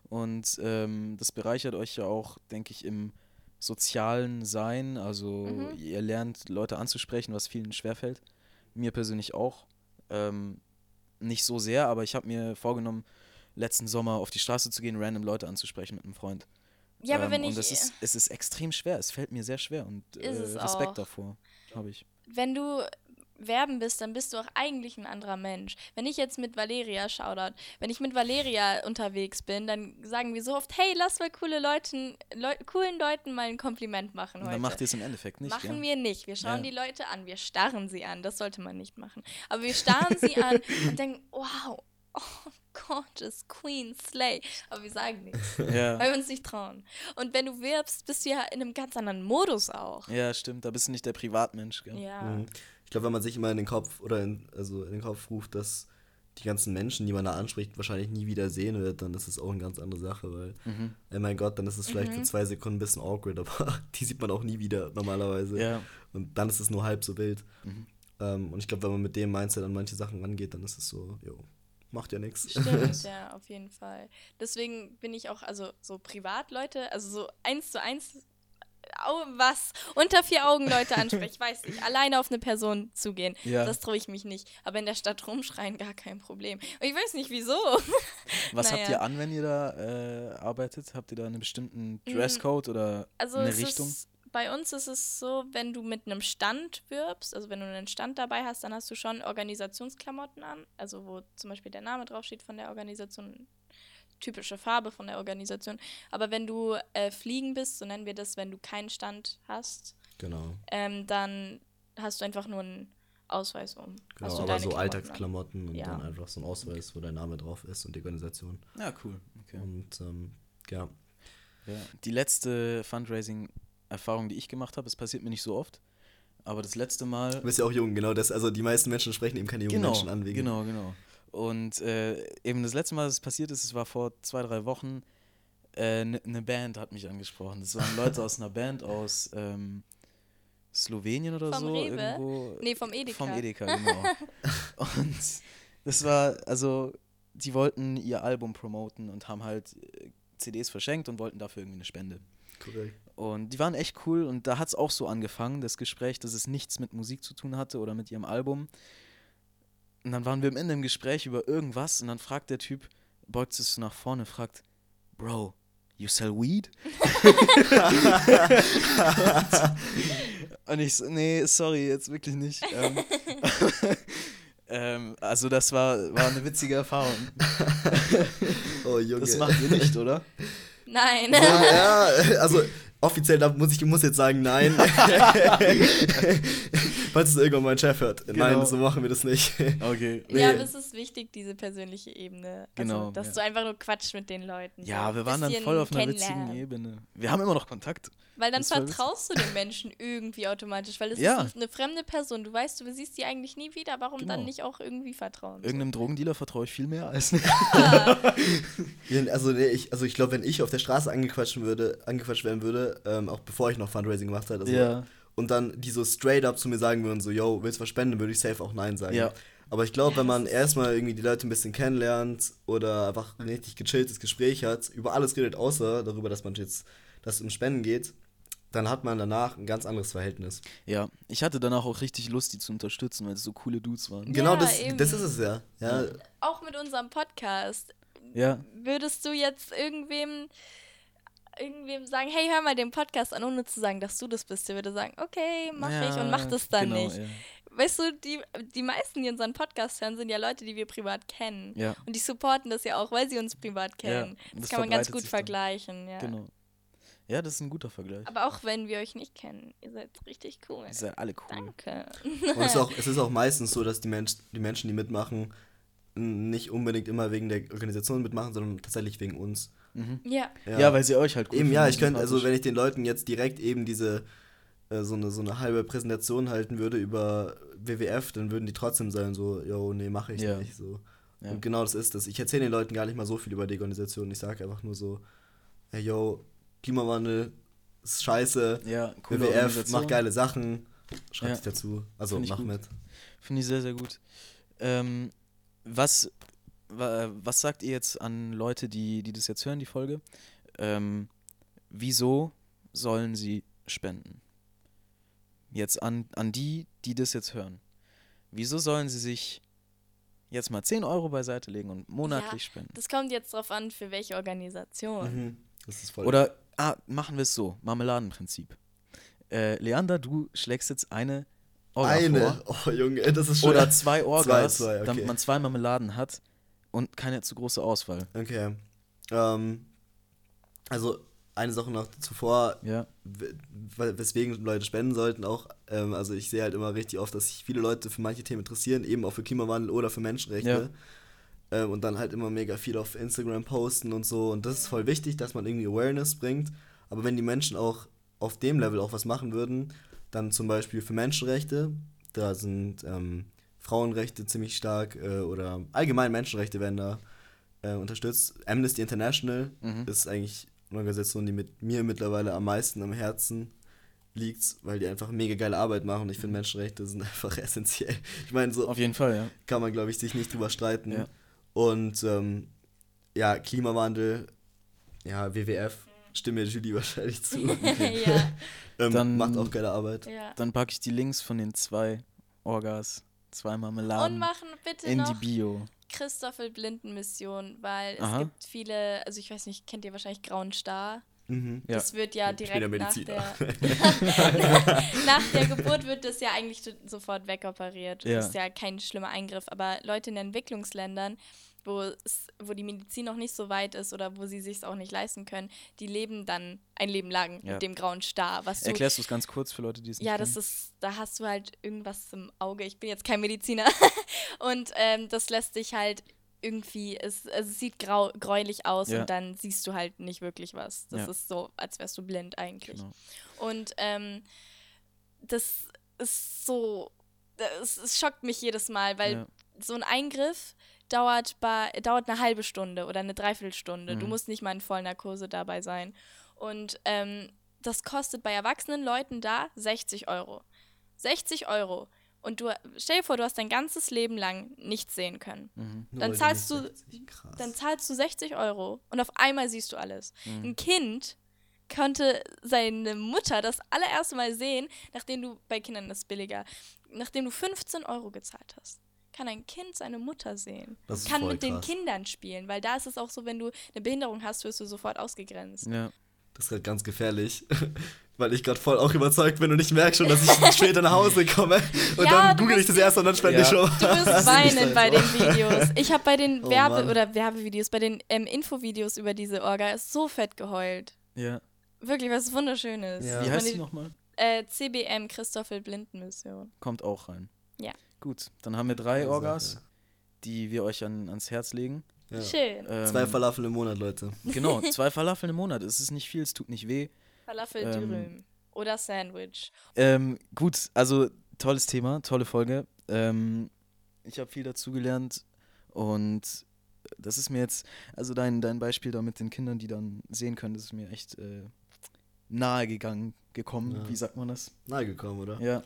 Und ähm, das bereichert euch ja auch, denke ich, im sozialen Sein. Also Mhm. ihr lernt Leute anzusprechen, was vielen schwerfällt. Mir persönlich auch. Ähm, nicht so sehr, aber ich habe mir vorgenommen, letzten Sommer auf die Straße zu gehen, random Leute anzusprechen mit einem Freund. Ja, aber ähm, wenn und ich. es ist, es ist extrem schwer, es fällt mir sehr schwer und äh, Ist es Respekt auch. davor habe ich. Wenn du werben bist, dann bist du auch eigentlich ein anderer Mensch. Wenn ich jetzt mit Valeria, Shoutout, wenn ich mit Valeria unterwegs bin, dann sagen wir so oft, hey, lass mal coole Leuten, Leu coolen Leuten mal ein Kompliment machen Und heute. dann macht ihr es im Endeffekt nicht, Machen gell? wir nicht. Wir schauen Ja. die Leute an, wir starren sie an. Das sollte man nicht machen. Aber wir starren sie an und denken, wow, oh, gorgeous, Queen, Slay. Aber wir sagen nichts, Ja. weil wir uns nicht trauen. Und wenn du wirbst, bist du ja in einem ganz anderen Modus auch. Ja, stimmt, da bist du nicht der Privatmensch, gell? Ja. Mhm. Ich glaube, wenn man sich immer in den Kopf oder in, also in den Kopf ruft, dass die ganzen Menschen, die man da anspricht, wahrscheinlich nie wieder sehen wird, dann ist es auch eine ganz andere Sache, weil, Mhm. oh mein Gott, dann ist es vielleicht Mhm. für zwei Sekunden ein bisschen awkward, aber die sieht man auch nie wieder normalerweise. Ja. Und dann ist es nur halb so wild. Mhm. Ähm, und ich glaube, wenn man mit dem Mindset an manche Sachen rangeht, dann ist es so, jo, macht ja nichts. Stimmt, ja, auf jeden Fall. Deswegen bin ich auch, also so Privatleute, also so eins zu eins, au, was, unter vier Augen Leute ansprechen, ich weiß nicht, alleine auf eine Person zugehen, Ja. das traue ich mich nicht. Aber in der Stadt rumschreien, gar kein Problem. Und ich weiß nicht, wieso. Was Naja. habt ihr an, wenn ihr da äh, arbeitet? Habt ihr da einen bestimmten Dresscode oder Also eine es Richtung? ist, bei uns ist es so, wenn du mit einem Stand wirbst, also wenn du einen Stand dabei hast, dann hast du schon Organisationsklamotten an, also wo zum Beispiel der Name draufsteht von der Organisation, typische Farbe von der Organisation. Aber wenn du äh, fliegen bist, so nennen wir das, wenn du keinen Stand hast, Genau. ähm, dann hast du einfach nur ein Ausweis um. Genau, Hast du aber deine so Klamotten Alltagsklamotten und Ja. dann einfach so ein Ausweis, wo dein Name drauf ist und die Organisation. Ja, cool. Okay. Und ähm, ja, Ja. Die letzte Fundraising-Erfahrung, die ich gemacht habe, es passiert mir nicht so oft, aber das letzte Mal. du bist ja auch jung, genau. Das, also die meisten Menschen sprechen eben keine jungen Genau, Menschen an. Wegen genau, genau. Und äh, eben das letzte Mal, dass es passiert ist, es war vor zwei, drei Wochen, eine äh, ne Band hat mich angesprochen. Das waren Leute aus einer Band aus ähm, Slowenien oder Vom so. Rewe? Irgendwo. Nee, vom Edeka. Vom Edeka, genau. Und das war, also, die wollten ihr Album promoten und haben halt äh, C Ds verschenkt und wollten dafür irgendwie eine Spende. Korrekt. Und die waren echt cool und da hat es auch so angefangen, das Gespräch, dass es nichts mit Musik zu tun hatte oder mit ihrem Album. Und dann waren wir am Ende im Gespräch über irgendwas und dann fragt der Typ, beugt sich so nach vorne, fragt, Bro, you sell weed? und, und ich so, nee, sorry, jetzt wirklich nicht. Ähm, ähm, also das war, war eine witzige Erfahrung. Oh, Junge. Das macht ihr nicht, oder? Nein. Ja, ja, also offiziell, da muss ich muss jetzt sagen, nein. Falls es irgendwann mein Chef hört. Genau. Nein, so machen wir das nicht. Okay. Nee. Ja, aber es ist wichtig, diese persönliche Ebene. Genau, Also, dass ja. du einfach nur quatscht mit den Leuten. Ja, so wir waren dann bisschen voll auf einer kennenlernen. witzigen Ebene. Wir haben immer noch Kontakt. Weil dann Das war vertraust du den Menschen irgendwie automatisch, weil es Ja. ist eine fremde Person. Du weißt, du siehst die eigentlich nie wieder, warum Genau. dann nicht auch irgendwie vertrauen? Irgendeinem Drogendealer vertraue ich viel mehr als Ja, Also, nee, ich, also ich glaube, wenn ich auf der Straße angequatscht, würde, angequatscht werden würde, ähm, auch bevor ich noch Fundraising gemacht habe, also, Ja. und dann die so straight up zu mir sagen würden, so, yo, willst du was spenden, würde ich safe auch Nein sagen. Ja. Aber ich glaube, Ja, wenn man das ist- erstmal irgendwie die Leute ein bisschen kennenlernt oder einfach ein richtig gechilltes Gespräch hat, über alles redet, außer darüber, dass man jetzt, dass es um Spenden geht, dann hat man danach ein ganz anderes Verhältnis. Ja, ich hatte danach auch richtig Lust, die zu unterstützen, weil es so coole Dudes waren. Genau, Ja, das, eben. das ist es ja. ja. Auch mit unserem Podcast. Ja, Würdest du jetzt irgendwem, irgendwem sagen, hey, hör mal den Podcast an, ohne zu sagen, dass du das bist? Der würde sagen, okay, mach ja, ich und mach das dann genau, nicht. Ja. Weißt du, die, die meisten, die unseren Podcast hören, sind ja Leute, die wir privat kennen. Ja. Und die supporten das ja auch, weil sie uns privat kennen. Ja, das, das kann man ganz verbreitet gut sich dann. vergleichen. Ja. Genau. Ja, das ist ein guter Vergleich. Aber auch wenn wir euch nicht kennen, ihr seid richtig cool. Ihr seid alle cool. Danke. Und es ist, auch, es ist auch meistens so, dass die, Mensch, die Menschen, die mitmachen, n- nicht unbedingt immer wegen der Organisation mitmachen, sondern tatsächlich wegen uns. Mhm. Ja. Ja. weil sie euch halt cool Eben, ja, finden, ich könnte, also sympathisch. wenn ich den Leuten jetzt direkt eben diese, äh, so, eine, so eine halbe Präsentation halten würde über W W F, dann würden die trotzdem sagen so, yo, nee, mache ich Ja. nicht. So. Ja. Und genau das ist das. Ich erzähle den Leuten gar nicht mal so viel über die Organisation. Ich sage einfach nur so, hey, yo, Klimawandel ist scheiße, Ja, coole W W F Organisation. macht geile Sachen, schreibt Ja. sich dazu. Also Find ich mach gut. mit. Finde ich sehr, sehr gut. Ähm, was, wa, was sagt ihr jetzt an Leute, die, die das jetzt hören, die Folge? Ähm, wieso sollen sie spenden? Jetzt an, an die, die das jetzt hören. Wieso sollen sie sich jetzt mal zehn Euro beiseite legen und monatlich spenden? Das kommt jetzt drauf an, für welche Organisation. Mhm. Das ist voll. Oder, ah, machen wir es so, Marmeladenprinzip. Äh, Leander, du schlägst jetzt eine Orga eine. vor. Oh, Junge, das ist schon. Oder zwei Orgas, Zwei, zwei, okay. damit man zwei Marmeladen hat und keine zu große Auswahl. Okay. Ähm, also, eine Sache noch zuvor, Ja, w- w- weswegen Leute spenden sollten auch. Ähm, also, ich sehe halt immer richtig oft, dass sich viele Leute für manche Themen interessieren, eben auch für Klimawandel oder für Menschenrechte. Ähm, und dann halt immer mega viel auf Instagram posten und so. Und das ist voll wichtig, dass man irgendwie Awareness bringt. Aber wenn die Menschen auch auf dem Level auch was machen würden, dann zum Beispiel für Menschenrechte, da sind ähm, Frauenrechte ziemlich stark äh, oder allgemein Menschenrechte werden da äh, unterstützt. Amnesty International Mhm. ist eigentlich eine Organisation, die mit mir mittlerweile am meisten am Herzen liegt, weil die einfach mega geile Arbeit machen. Und ich finde, Menschenrechte sind einfach essentiell. Ich meine, so auf jeden Fall, ja. kann man, glaube ich, sich nicht drüber streiten. Ja. Und ähm, ja, Klimawandel, ja, W W F, stimme Julie wahrscheinlich zu. ja, ähm, Dann- macht auch geile Arbeit. ja. Dann packe ich die Links von den zwei Orgas, zwei Und Marmeladen machen bitte in die noch Bio. Christoffel Blindenmission, weil es Aha. gibt viele, also ich weiß nicht, kennt ihr wahrscheinlich Grauen Star? Mhm. Ja. Das wird ja Ich bin direkt ja nach Mediziner. der, nach der Geburt wird das ja eigentlich t- sofort wegoperiert. Ja. Das ist ja kein schlimmer Eingriff. Aber Leute in Entwicklungsländern, wo, es, wo die Medizin noch nicht so weit ist oder wo sie sich auch nicht leisten können, die leben dann ein Leben lang Ja. mit dem grauen Star. Was du, Erklärst du es ganz kurz für Leute, die es nicht ja, kennen? das ist, da hast du halt irgendwas im Auge. Ich bin jetzt kein Mediziner. Und ähm, das lässt sich halt irgendwie, es, also es sieht grau, gräulich aus Ja. und dann siehst du halt nicht wirklich was. Das Ja. ist so, als wärst du blind eigentlich. Genau. Und ähm, das ist so, es, es schockt mich jedes Mal, weil Ja. so ein Eingriff dauert, bei, dauert eine halbe Stunde oder eine Dreiviertelstunde. Du Mhm. musst nicht mal in Vollnarkose dabei sein. Und ähm, das kostet bei erwachsenen Leuten da sechzig Euro. sechzig Euro. Und du, stell dir vor, du hast dein ganzes Leben lang nichts sehen können. Mhm. Nur Dann weil zahlst nicht du- sechzig, krass. Dann zahlst du sechzig Euro und auf einmal siehst du alles. Mhm. Ein Kind konnte seine Mutter das allererste Mal sehen, nachdem du, bei Kindern ist es billiger, nachdem du fünfzehn Euro gezahlt hast. Kann ein Kind seine Mutter sehen. Das ist Kann voll mit den krass. Kindern spielen, weil da ist es auch so, wenn du eine Behinderung hast, wirst du sofort ausgegrenzt. Ja. Das ist gerade ganz gefährlich, weil ich gerade voll auch überzeugt bin und ich merke schon, dass ich später nach Hause komme und Ja, dann du google ich wirst das die- erste und dann spende Ja. ich schon. Du wirst weinen bei den Videos. Ich habe bei den Oh Werbe- Mann. oder Werbevideos, bei den ähm, Infovideos über diese Orga so fett geheult. Ja. Wirklich, was Wunderschönes. Ja. Wie Man heißt die- die nochmal? Äh, C B M, Christoffel Blindenmission. Kommt auch rein. Ja. Gut, dann haben wir drei Sache. Orgas, die wir euch an, ans Herz legen. Ja. Schön. Ähm, Zwei Falafel im Monat, Leute. Genau, zwei Falafel im Monat. Es ist nicht viel, es tut nicht weh. Falafel ähm, Dürüm. Oder Sandwich. Ähm, gut, also tolles Thema, tolle Folge. Ähm, ich habe viel dazu gelernt und das ist mir jetzt, also dein, dein Beispiel da mit den Kindern, die dann sehen können, das ist mir echt äh, nahe gegangen, gekommen, Ja. wie sagt man das? Nahe gekommen, oder? Ja.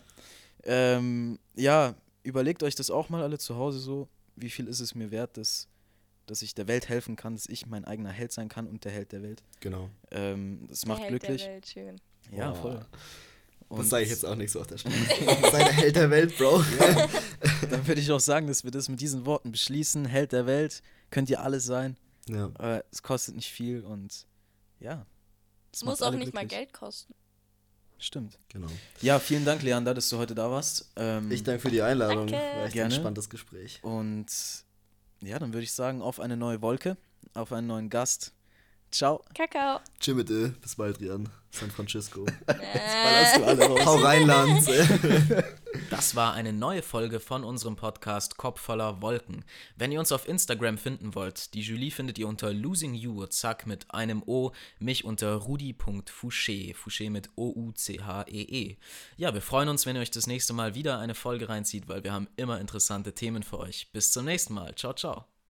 Ähm, ja, überlegt euch das auch mal alle zu Hause so, wie viel ist es mir wert, dass, dass ich der Welt helfen kann, dass ich mein eigener Held sein kann und der Held der Welt. Genau. Ähm, das Der macht Held glücklich. Der Welt, schön. Ja, Boah. voll. Das Und sage ich jetzt auch nicht so auf der Straße. Sei der Held der Welt, Bro. dann würde ich auch sagen, dass wir das mit diesen Worten beschließen. Held der Welt, könnt ihr alles sein. Ja. Äh, es kostet nicht viel und ja. Es Es macht muss auch alle nicht mal glücklich. Geld kosten. Stimmt. Genau. Ja, vielen Dank, Leander, dass du heute da warst. Ähm, Ich danke für die Einladung. Danke. War echt Gerne. ein spannendes Gespräch. Und ja, dann würde ich sagen, auf eine neue Wolke, auf einen neuen Gast. Ciao. Kakao. Tschüss mit Ö. Bis bald, Rian. San Francisco. Ballerst du alle raus. Hau rein, Land. Das war eine neue Folge von unserem Podcast Kopf voller Wolken. Wenn ihr uns auf Instagram finden wollt, die Julie findet ihr unter Losing You, zack, mit einem O, mich unter rudi punkt fouché, Fouché mit O U C H E E. Ja, wir freuen uns, wenn ihr euch das nächste Mal wieder eine Folge reinzieht, weil wir haben immer interessante Themen für euch. Bis zum nächsten Mal. Ciao, ciao.